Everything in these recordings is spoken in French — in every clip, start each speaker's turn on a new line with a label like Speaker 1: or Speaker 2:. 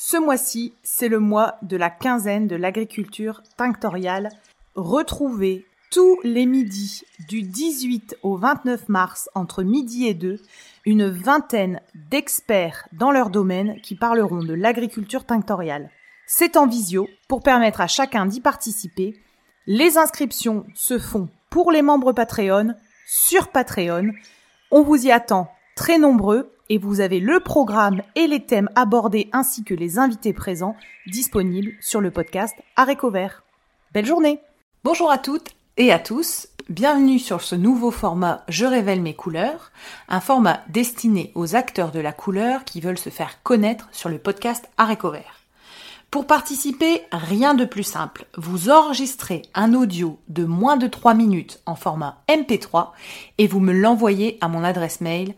Speaker 1: Ce mois-ci, c'est le mois de la quinzaine de l'agriculture tinctoriale. Retrouvez tous les midis du 18 au 29 mars, entre midi et 2, une vingtaine d'experts dans leur domaine qui parleront de l'agriculture tinctoriale. C'est en visio pour permettre à chacun d'y participer. Les inscriptions se font pour les membres Patreon sur Patreon. On vous y attend très nombreux et vous avez le programme et les thèmes abordés ainsi que les invités présents disponibles sur le podcast Haricots Verts. Belle journée! Bonjour à toutes et à tous, bienvenue sur ce nouveau format Je révèle mes couleurs, un format destiné aux acteurs de la couleur qui veulent se faire connaître sur le podcast Haricots Verts. Pour participer, rien de plus simple. Vous enregistrez un audio de moins de 3 minutes en format MP3 et vous me l'envoyez à mon adresse mail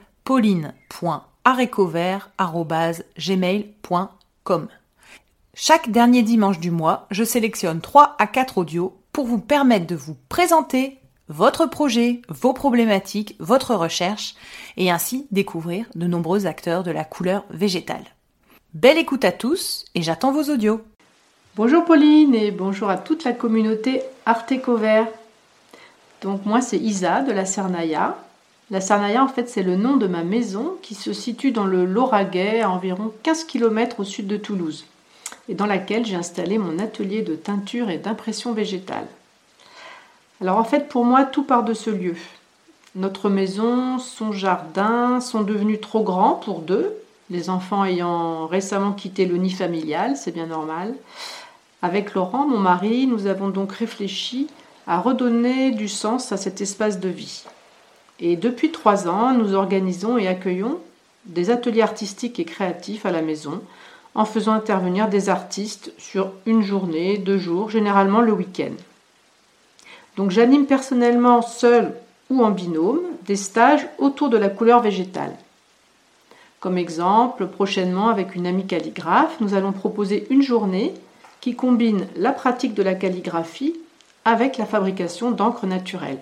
Speaker 1: pauline.haricotsverts@gmail.com. Chaque dernier dimanche du mois, je sélectionne 3 à 4 audios pour vous permettre de vous présenter votre projet, vos problématiques, votre recherche et ainsi découvrir de nombreux acteurs de la couleur végétale. Belle écoute à tous et j'attends vos audios.
Speaker 2: Bonjour Pauline et bonjour à toute la communauté Haricots Verts. Donc moi c'est Isa de la Cernaya. La Cernaya en fait c'est le nom de ma maison qui se situe dans le Lauragais à environ 15 km au sud de Toulouse et dans laquelle j'ai installé mon atelier de teinture et d'impression végétale. Alors en fait pour moi tout part de ce lieu. Notre maison, son jardin sont devenus trop grands pour deux. Les enfants ayant récemment quitté le nid familial, c'est bien normal. Avec Laurent, mon mari, nous avons donc réfléchi à redonner du sens à cet espace de vie. Et depuis 3 ans, nous organisons et accueillons des ateliers artistiques et créatifs à la maison, en faisant intervenir des artistes sur une journée, 2 jours, généralement le week-end. Donc j'anime personnellement, seul ou en binôme, des stages autour de la couleur végétale. Comme exemple, prochainement avec une amie calligraphe, nous allons proposer une journée qui combine la pratique de la calligraphie avec la fabrication d'encre naturelle.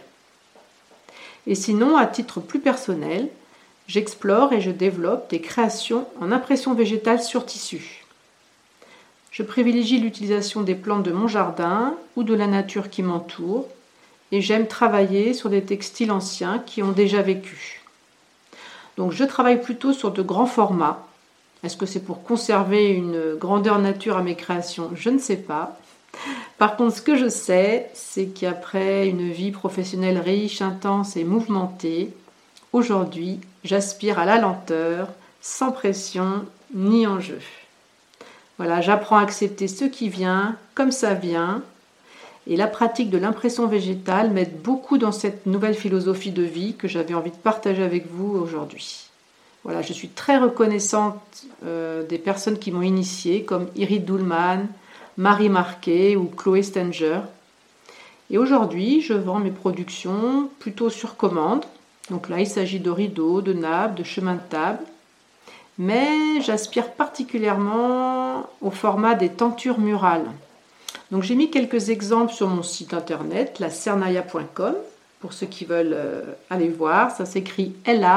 Speaker 2: Et sinon, à titre plus personnel, j'explore et je développe des créations en impression végétale sur tissu. Je privilégie l'utilisation des plantes de mon jardin ou de la nature qui m'entoure et j'aime travailler sur des textiles anciens qui ont déjà vécu. Donc je travaille plutôt sur de grands formats. Est-ce que c'est pour conserver une grandeur nature à mes créations ? Je ne sais pas. Par contre, ce que je sais, c'est qu'après une vie professionnelle riche, intense et mouvementée, aujourd'hui, j'aspire à la lenteur, sans pression ni enjeu. Voilà, j'apprends à accepter ce qui vient, comme ça vient. Et la pratique de l'impression végétale m'aide beaucoup dans cette nouvelle philosophie de vie que j'avais envie de partager avec vous aujourd'hui. Voilà, je suis très reconnaissante des personnes qui m'ont initiée, comme Iris Doulman, Marie Marquet ou Chloé Stanger. Et aujourd'hui, je vends mes productions plutôt sur commande. Donc là, il s'agit de rideaux, de nappes, de chemins de table. Mais j'aspire particulièrement au format des tentures murales. Donc j'ai mis quelques exemples sur mon site internet, lacernaya.com, pour ceux qui veulent aller voir. Ça s'écrit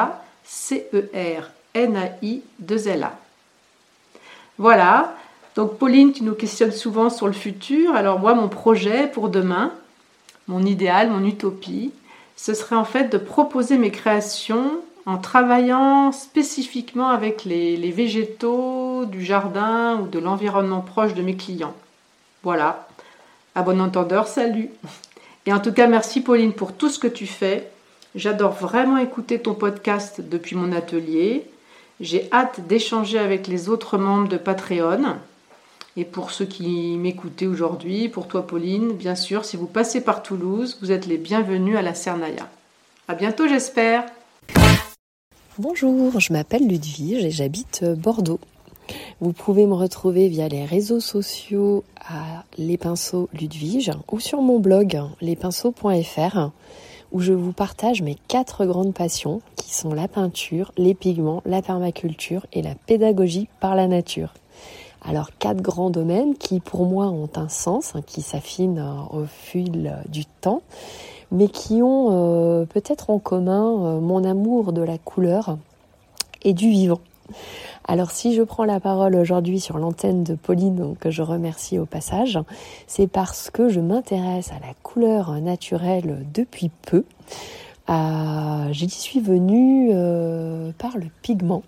Speaker 2: LACERNAI2LA. Voilà, donc Pauline, tu nous questionnes souvent sur le futur. Alors moi, mon projet pour demain, mon idéal, mon utopie, ce serait en fait de proposer mes créations en travaillant spécifiquement avec les végétaux du jardin ou de l'environnement proche de mes clients. Voilà, à bon entendeur, salut. Et en tout cas, merci Pauline pour tout ce que tu fais. J'adore vraiment écouter ton podcast depuis mon atelier. J'ai hâte d'échanger avec les autres membres de Patreon. Et pour ceux qui m'écoutaient aujourd'hui, pour toi Pauline, bien sûr, si vous passez par Toulouse, vous êtes les bienvenus à la Cernaya. À bientôt, j'espère.
Speaker 3: Bonjour, je m'appelle Ludwige et j'habite Bordeaux. Vous pouvez me retrouver via les réseaux sociaux à Les Pinceaux Ludwige ou sur mon blog lespinceaux.fr où je vous partage mes 4 grandes passions qui sont la peinture, les pigments, la permaculture et la pédagogie par la nature. Alors 4 grands domaines qui pour moi ont un sens, qui s'affinent au fil du temps, mais qui ont peut-être en commun mon amour de la couleur et du vivant. Alors si je prends la parole aujourd'hui sur l'antenne de Pauline, que je remercie au passage, c'est parce que je m'intéresse à la couleur naturelle depuis peu. J'y suis venue par le pigment.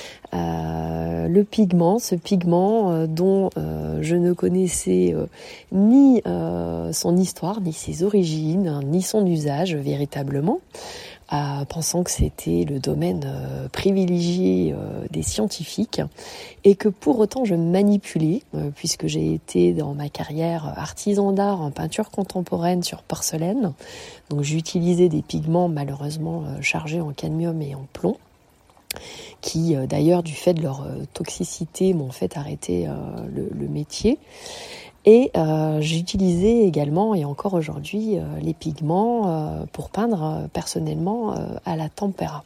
Speaker 3: Ce pigment dont je ne connaissais ni son histoire, ni ses origines, ni son usage véritablement, pensant que c'était le domaine privilégié des scientifiques et que pour autant je manipulais, puisque j'ai été dans ma carrière artisan d'art en peinture contemporaine sur porcelaine, donc j'utilisais des pigments malheureusement chargés en cadmium et en plomb, qui d'ailleurs du fait de leur toxicité m'ont fait arrêter le métier. Et j'utilisais également, et encore aujourd'hui, les pigments pour peindre personnellement à la tempéra.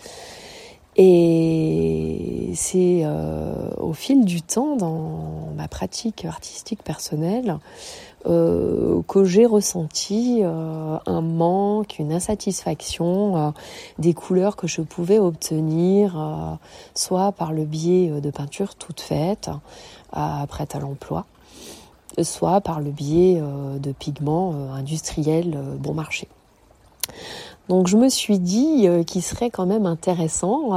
Speaker 3: Et c'est au fil du temps, dans ma pratique artistique personnelle, que j'ai ressenti un manque, une insatisfaction des couleurs que je pouvais obtenir, soit par le biais de peintures toutes faites, prêtes à l'emploi, soit par le biais de pigments industriels bon marché. Donc je me suis dit qu'il serait quand même intéressant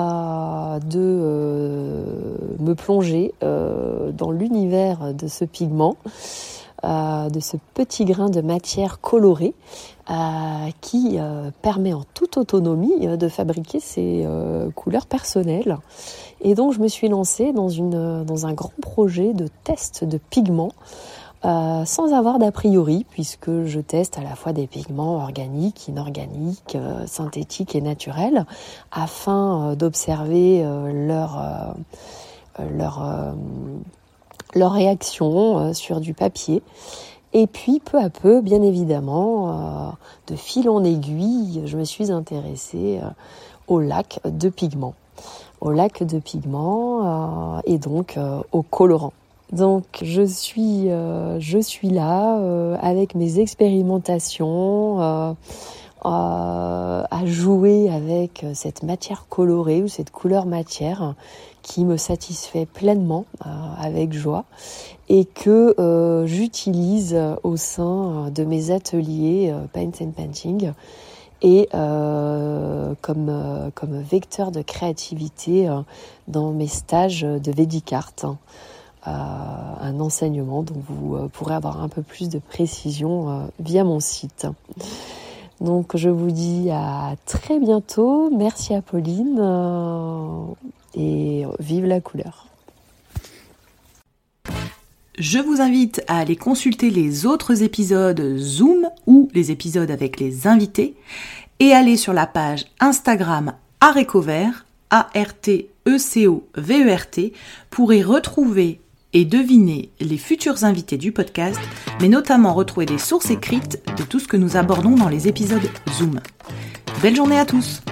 Speaker 3: de me plonger dans l'univers de ce pigment, de ce petit grain de matière colorée qui permet en toute autonomie de fabriquer ses couleurs personnelles. Et donc je me suis lancée dans un grand projet de test de pigments sans avoir d'a priori, puisque je teste à la fois des pigments organiques, inorganiques, synthétiques et naturels, afin d'observer leur réaction sur du papier. Et puis peu à peu, bien évidemment, de fil en aiguille, je me suis intéressée au lac de pigments. Et donc aux colorants. Donc je suis là avec mes expérimentations à jouer avec cette matière colorée ou cette couleur matière qui me satisfait pleinement avec joie et que j'utilise au sein de mes ateliers Paint and Painting et comme vecteur de créativité dans mes stages de Vedic Art. Un enseignement dont vous pourrez avoir un peu plus de précision via mon site. Donc je vous dis à très bientôt, merci à Pauline et vive la couleur.
Speaker 1: Je vous invite à aller consulter les autres épisodes Zoom ou les épisodes avec les invités et aller sur la page Instagram Artecovert, ARTECOVERT, pour y retrouver et deviner les futurs invités du podcast, mais notamment retrouver des sources écrites de tout ce que nous abordons dans les épisodes Zoom. Belle journée à tous!